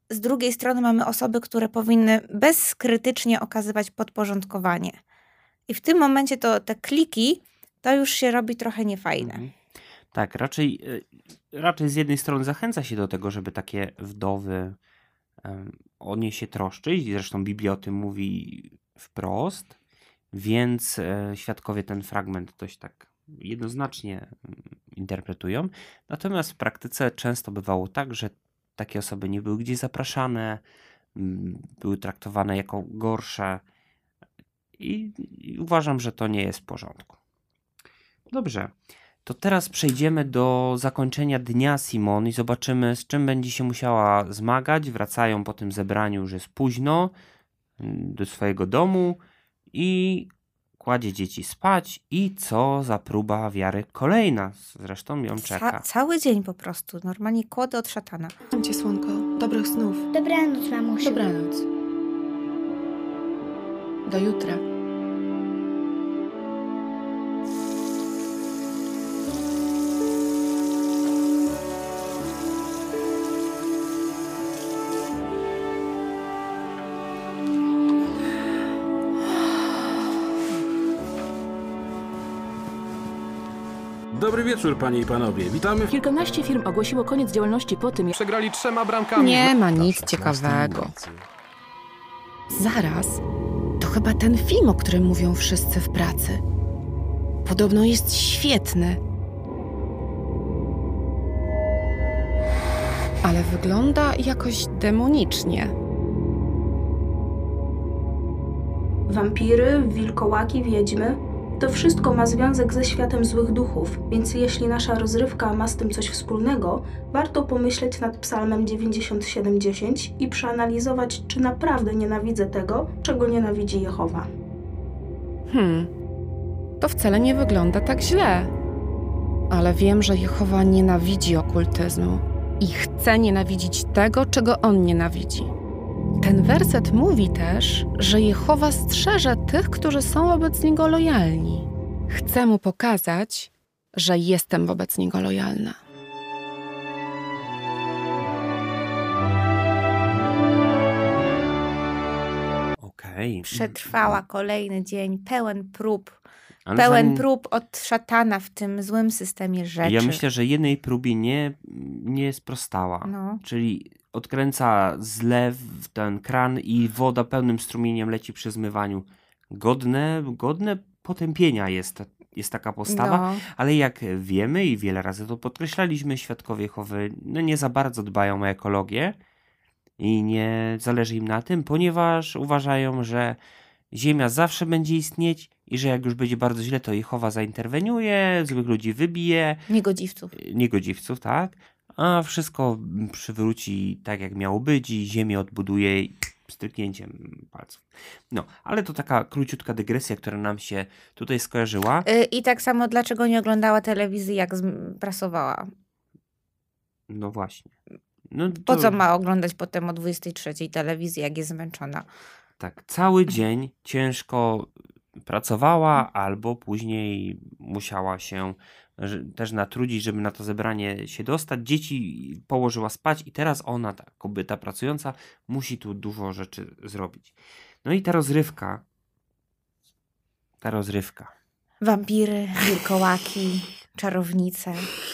z drugiej strony mamy osoby, które powinny bezkrytycznie okazywać podporządkowanie. I w tym momencie to te kliki, to już się robi trochę niefajne. Mhm. Tak, raczej, y, raczej z jednej strony zachęca się do tego, żeby takie wdowy em, o nie się troszczyć. Zresztą Biblia o tym mówi wprost, więc e, świadkowie ten fragment dość tak jednoznacznie mm, interpretują. Natomiast w praktyce często bywało tak, że takie osoby nie były gdzieś zapraszane, mm, były traktowane jako gorsze i, i uważam, że to nie jest w porządku. Dobrze, to teraz przejdziemy do zakończenia dnia Simon i zobaczymy, z czym będzie się musiała zmagać. Wracają po tym zebraniu, już jest późno, mm, do swojego domu i kładzie dzieci spać. I co za próba wiary kolejna. Zresztą ją czeka. Ca- cały dzień po prostu. Normalnie kłody od szatana. Mam cię, słonko. Dobrych snów. Dobranoc, mamusiu. Dobranoc. Do jutra. Dobry wieczór, panie i panowie. Witamy w... Kilkanaście firm ogłosiło koniec działalności po tym, jak... Przegrali trzema bramkami. Nie ma nic ciekawego. Zaraz, to chyba ten film, o którym mówią wszyscy w pracy. Podobno jest świetny. Ale wygląda jakoś demonicznie. Wampiry, wilkołaki, wiedźmy to wszystko ma związek ze światem złych duchów, więc jeśli nasza rozrywka ma z tym coś wspólnego, warto pomyśleć nad psalmem dziewięćdziesiąt siedem dziesięć i przeanalizować, czy naprawdę nienawidzę tego, czego nienawidzi Jehowa. Hmm, to wcale nie wygląda tak źle. Ale wiem, że Jehowa nienawidzi okultyzmu i chce nienawidzić tego, czego on nienawidzi. Ten werset mówi też, że Jehowa strzeże tych, którzy są wobec Niego lojalni. Chcę mu pokazać, że jestem wobec Niego lojalna. Okej. Przetrwała kolejny dzień pełen prób. Ale Pełen zanim- prób od szatana w tym złym systemie rzeczy. Ja myślę, że jednej próbie nie, nie sprostała. No. Czyli odkręca zlew, ten kran i woda pełnym strumieniem leci przy zmywaniu. Godne, godne potępienia jest, jest taka postawa, No. ale jak wiemy i wiele razy to podkreślaliśmy, świadkowie Jehowy no nie za bardzo dbają o ekologię i nie zależy im na tym, ponieważ uważają, że ziemia zawsze będzie istnieć i że jak już będzie bardzo źle, to Jehowa zainterweniuje, złych ludzi wybije. Niegodziwców. Niegodziwców, tak. A wszystko przywróci tak, jak miało być i ziemię odbuduje stryknięciem palców. No, ale to taka króciutka dygresja, która nam się tutaj skojarzyła. Y, I tak samo, dlaczego nie oglądała telewizji, jak zm- prasowała? No właśnie. No Po to- co ma oglądać potem o dwudziestej trzeciej telewizję, jak jest zmęczona? Tak, cały dzień ciężko pracowała, albo później musiała się że- też natrudzić, żeby na to zebranie się dostać. Dzieci położyła spać i teraz ona, ta kobieta pracująca, musi tu dużo rzeczy zrobić. No i ta rozrywka, ta rozrywka. Wampiry, wilkołaki, czarownice.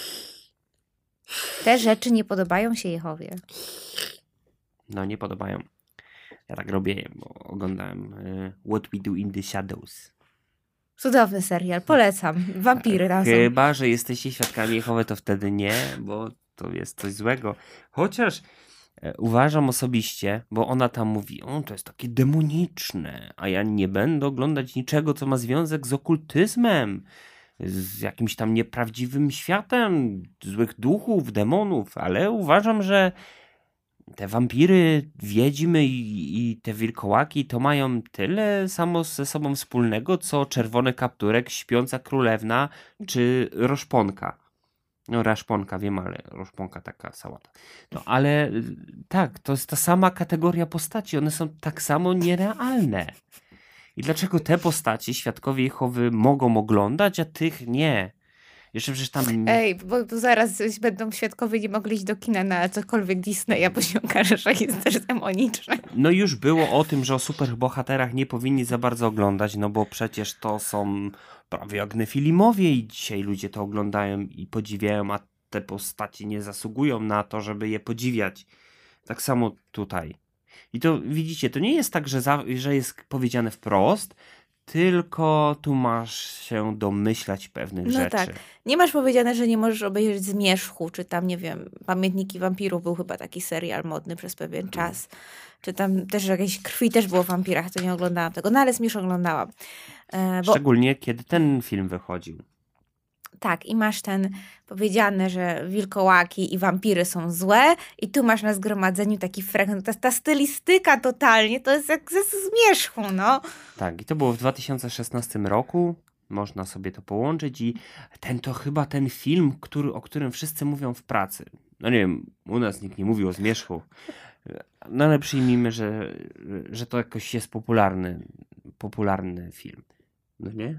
Te rzeczy nie podobają się Jehowie. No nie podobają. Ja tak robię, bo oglądałem y, What We Do in the Shadows. Cudowny serial, polecam. Wampiry razem. Chyba, że jesteście świadkami Jehowy, to wtedy nie, bo to jest coś złego. Chociaż e, uważam osobiście, bo ona tam mówi, o, to jest takie demoniczne, a ja nie będę oglądać niczego, co ma związek z okultyzmem, z jakimś tam nieprawdziwym światem, złych duchów, demonów, ale uważam, że te wampiry, wiedźmy i, i te wilkołaki to mają tyle samo ze sobą wspólnego, co czerwony kapturek, śpiąca królewna czy roszponka. No raszponka, wiem, ale roszponka taka sałata. No ale y, tak, to jest ta sama kategoria postaci, one są tak samo nierealne. I dlaczego te postaci świadkowie Jehowy mogą oglądać, a tych nie? Jeszcze przecież tam... Ej, bo, bo zaraz będą świadkowie nie mogli iść do kina na cokolwiek Disneya, bo się okaże, że jest też demoniczny. No już było o tym, że o superbohaterach nie powinni za bardzo oglądać, no bo przecież to są prawie jak Nefilimowie i dzisiaj ludzie to oglądają i podziwiają, a te postaci nie zasługują na to, żeby je podziwiać. Tak samo tutaj. I to widzicie, to nie jest tak, że, za, że jest powiedziane wprost, tylko tu masz się domyślać pewnych No rzeczy. tak. Nie masz powiedziane, że nie możesz obejrzeć Zmierzchu, czy tam, nie wiem, Pamiętniki wampirów był chyba taki serial modny przez pewien czas. Czy tam też jakieś krwi też było o wampirach, to nie oglądałam tego. No ale Zmierzch oglądałam. E, bo... Szczególnie kiedy ten film wychodził. Tak, i masz ten powiedziane, że wilkołaki i wampiry są złe i tu masz na zgromadzeniu taki fragment. Ta, ta stylistyka totalnie, to jest jak ze Zmierzchu, no. Tak, i to było w dwa tysiące szesnastym roku. Można sobie to połączyć i ten to chyba ten film, który, o którym wszyscy mówią w pracy. No nie wiem, u nas nikt nie mówił o Zmierzchu. No ale przyjmijmy, że, że to jakoś jest popularny, popularny film. No nie?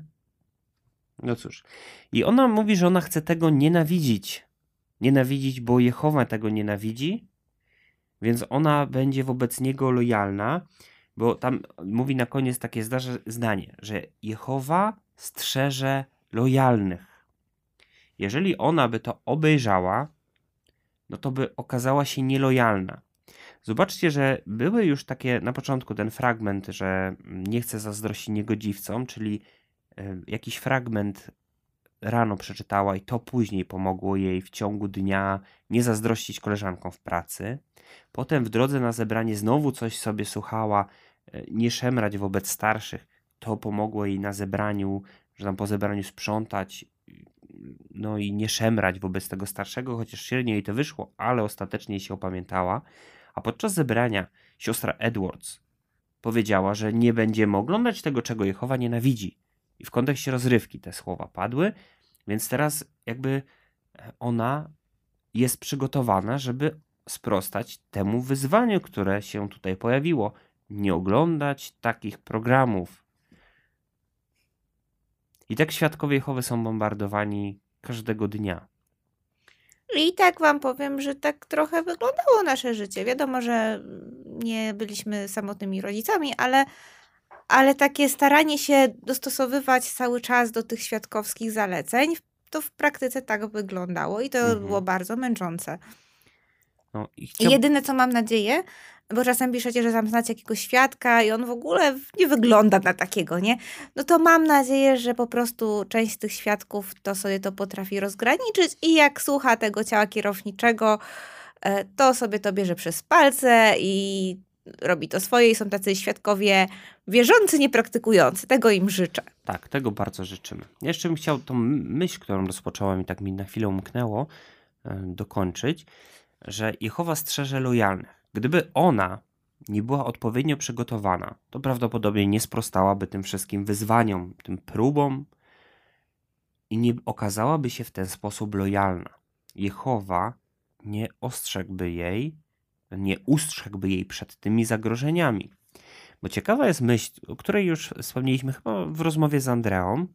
No cóż. I ona mówi, że ona chce tego nienawidzić. Nienawidzić, bo Jehowa tego nienawidzi, więc ona będzie wobec niego lojalna, bo tam mówi na koniec takie zdarze, zdanie, że Jehowa strzeże lojalnych. Jeżeli ona by to obejrzała, no to by okazała się nielojalna. Zobaczcie, że były już takie na początku ten fragment, że nie chce zazdrościć niegodziwcom, czyli jakiś fragment rano przeczytała i to później pomogło jej w ciągu dnia nie zazdrościć koleżankom w pracy. Potem w drodze na zebranie znowu coś sobie słuchała, nie szemrać wobec starszych. To pomogło jej na zebraniu, że tam po zebraniu sprzątać, no i nie szemrać wobec tego starszego, chociaż średnio jej to wyszło, ale ostatecznie się opamiętała. A podczas zebrania siostra Edwards powiedziała, że nie będziemy oglądać tego, czego Jehowa nienawidzi. I w kontekście rozrywki te słowa padły, więc teraz jakby ona jest przygotowana, żeby sprostać temu wyzwaniu, które się tutaj pojawiło. Nie oglądać takich programów. I tak świadkowie Jehowy są bombardowani każdego dnia. I tak wam powiem, że tak trochę wyglądało nasze życie. Wiadomo, że nie byliśmy samotnymi rodzicami, ale, ale takie staranie się dostosowywać cały czas do tych świadkowskich zaleceń, to w praktyce tak wyglądało i to mhm. było bardzo męczące. No i chciał... Jedyne, co mam nadzieję, bo czasem piszecie, że tam znacie jakiegoś świadka i on w ogóle nie wygląda na takiego, nie? No to mam nadzieję, że po prostu część z tych świadków to sobie to potrafi rozgraniczyć i jak słucha tego ciała kierowniczego, to sobie to bierze przez palce i robi to swoje i są tacy świadkowie wierzący, niepraktykujący. Tego im życzę. Tak, tego bardzo życzymy. Jeszcze bym chciał tą myśl, którą rozpocząłem i tak mi na chwilę umknęło, dokończyć, że Jehowa strzeże lojalnych. Gdyby ona nie była odpowiednio przygotowana, to prawdopodobnie nie sprostałaby tym wszystkim wyzwaniom, tym próbom i nie okazałaby się w ten sposób lojalna. Jehowa nie ostrzegłby jej, nie ustrzegłby jej przed tymi zagrożeniami. Bo ciekawa jest myśl, o której już wspomnieliśmy chyba w rozmowie z Andreą,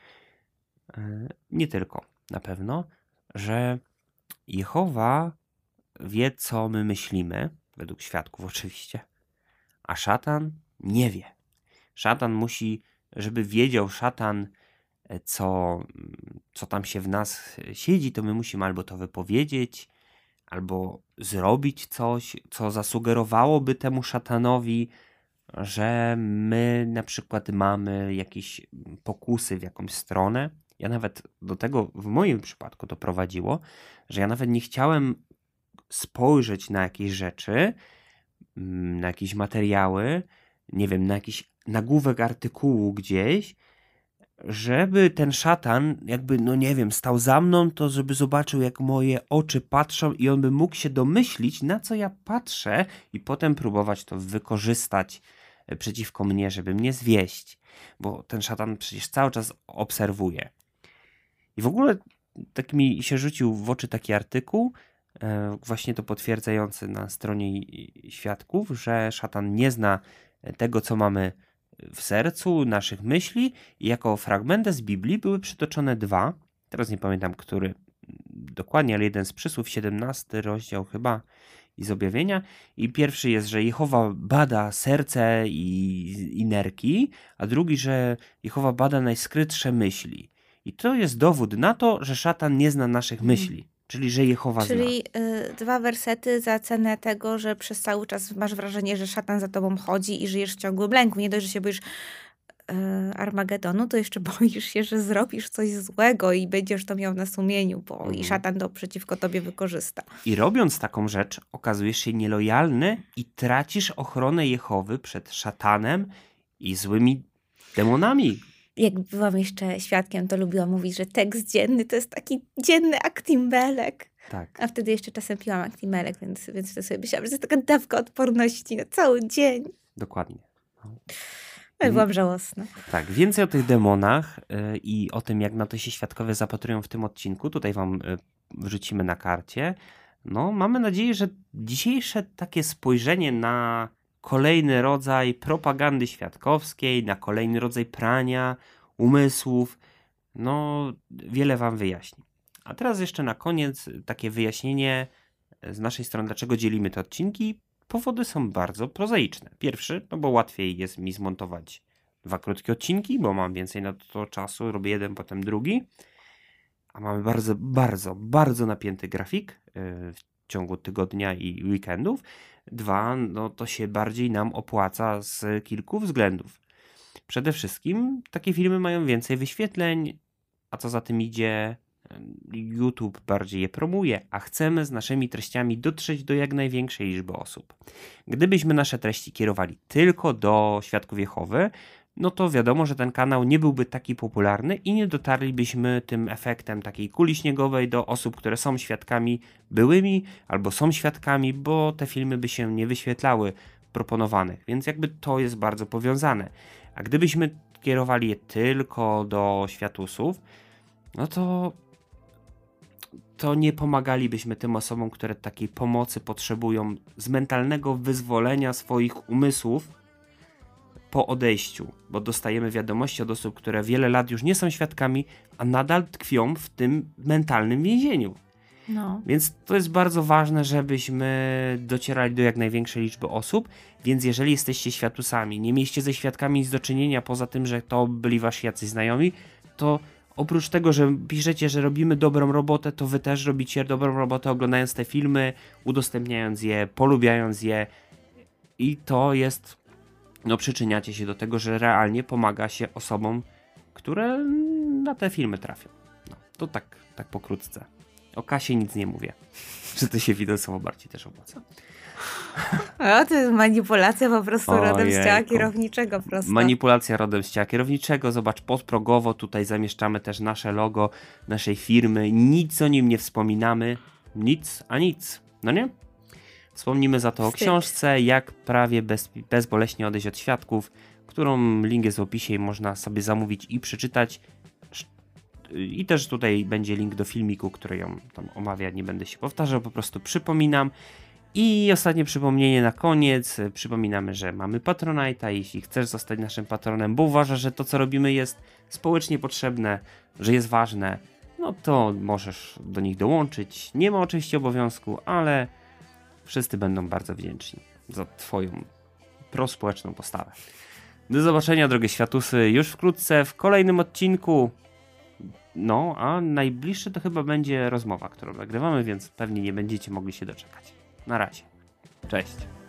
nie tylko na pewno, że Jehowa wie, co my myślimy, według świadków oczywiście, a szatan nie wie. Szatan musi, żeby wiedział szatan, co, co tam się w nas siedzi, to my musimy albo to wypowiedzieć, albo zrobić coś, co zasugerowałoby temu szatanowi, że my na przykład mamy jakieś pokusy w jakąś stronę. Ja nawet do tego w moim przypadku to prowadziło, że ja nawet nie chciałem spojrzeć na jakieś rzeczy, na jakieś materiały, nie wiem, na jakiś nagłówek artykułu gdzieś, żeby ten szatan jakby, no nie wiem, stał za mną, to żeby zobaczył, jak moje oczy patrzą i on by mógł się domyślić, na co ja patrzę i potem próbować to wykorzystać przeciwko mnie, żeby mnie zwieść. Bo ten szatan przecież cały czas obserwuje. I w ogóle tak mi się rzucił w oczy taki artykuł, właśnie to potwierdzający na stronie świadków, że szatan nie zna tego, co mamy w sercu, naszych myśli i jako fragmenty z Biblii były przytoczone dwa. teraz nie pamiętam, który dokładnie, ale jeden z przysłów, siedemnasty rozdział chyba, i z objawienia. I pierwszy jest, że Jehowa bada serce i, i nerki, a drugi, że Jehowa bada najskrytsze myśli. I to jest dowód na to, że szatan nie zna naszych myśli. Czyli, że Jehowa zna. Czyli y, dwa wersety za cenę tego, że przez cały czas masz wrażenie, że szatan za tobą chodzi i żyjesz w ciągłym lęku. Nie dość, że się boisz y, Armagedonu, to jeszcze boisz się, że zrobisz coś złego i będziesz to miał na sumieniu, bo Mhm. i szatan to przeciwko tobie wykorzysta. I robiąc taką rzecz, okazujesz się nielojalny i tracisz ochronę Jehowy przed szatanem i złymi demonami. Jak byłam jeszcze świadkiem, to lubiłam mówić, że tekst dzienny to jest taki dzienny aktimelek. Tak. A wtedy jeszcze czasem piłam aktimelek, więc, więc to sobie myślałam, że to jest taka dawka odporności na cały dzień. Dokładnie. Ale byłam żałosna. Tak, więcej o tych demonach y, i o tym, jak na to się świadkowie zapatrują w tym odcinku, tutaj wam y, wrzucimy na karcie. No, mamy nadzieję, że dzisiejsze takie spojrzenie na kolejny rodzaj propagandy świadkowskiej, na kolejny rodzaj prania umysłów, no, wiele wam wyjaśni. A teraz jeszcze na koniec takie wyjaśnienie z naszej strony, dlaczego dzielimy te odcinki. Powody są bardzo prozaiczne. Pierwszy, no bo łatwiej jest mi zmontować dwa krótkie odcinki, bo mam więcej na to czasu, robię jeden, potem drugi. A mamy bardzo, bardzo, bardzo napięty grafik yy, w ciągu tygodnia i weekendów. Dwa, no to się bardziej nam opłaca z kilku względów. Przede wszystkim takie filmy mają więcej wyświetleń, a co za tym idzie, YouTube bardziej je promuje, a chcemy z naszymi treściami dotrzeć do jak największej liczby osób. Gdybyśmy nasze treści kierowali tylko do Świadków Jehowy, no to wiadomo, że ten kanał nie byłby taki popularny i nie dotarlibyśmy tym efektem takiej kuli śniegowej do osób, które są świadkami byłymi albo są świadkami, bo te filmy by się nie wyświetlały proponowanych, więc jakby to jest bardzo powiązane. A gdybyśmy kierowali je tylko do światusów, no to to nie pomagalibyśmy tym osobom, które takiej pomocy potrzebują z mentalnego wyzwolenia swoich umysłów po odejściu, bo dostajemy wiadomości od osób, które wiele lat już nie są świadkami, a nadal tkwią w tym mentalnym więzieniu. No. Więc to jest bardzo ważne, żebyśmy docierali do jak największej liczby osób, więc jeżeli jesteście światusami, nie mieliście ze świadkami nic do czynienia, poza tym, że to byli wasi jacyś znajomi, to oprócz tego, że piszecie, że robimy dobrą robotę, to wy też robicie dobrą robotę, oglądając te filmy, udostępniając je, polubiając je i to jest, no przyczyniacie się do tego, że realnie pomaga się osobom, które na te filmy trafią. No, to tak, tak pokrótce. O kasie nic nie mówię, że to się finansowo bardziej też opłaca. O, to jest manipulacja po prostu rodem z ciała Ojejku. kierowniczego prosto. Manipulacja rodem z ciała kierowniczego. Zobacz, podprogowo tutaj zamieszczamy też nasze logo naszej firmy. Nic o nim nie wspominamy. Nic, a nic. No nie? Wspomnimy za to o Wstyd. książce Jak prawie bez, bezboleśnie odejść od świadków, którą link jest w opisie i można sobie zamówić i przeczytać. I też tutaj będzie link do filmiku, który ją tam omawia. Nie będę się powtarzał, po prostu przypominam. I ostatnie przypomnienie na koniec. Przypominamy, że mamy Patronite'a. Jeśli chcesz zostać naszym patronem, bo uważasz, że to, co robimy, jest społecznie potrzebne, że jest ważne, no to możesz do nich dołączyć. Nie ma oczywiście obowiązku, ale wszyscy będą bardzo wdzięczni za twoją prospołeczną postawę. Do zobaczenia, drogie światusy, już wkrótce w kolejnym odcinku. No, a najbliższy to chyba będzie rozmowa, którą nagrywamy, więc pewnie nie będziecie mogli się doczekać. Na razie. Cześć.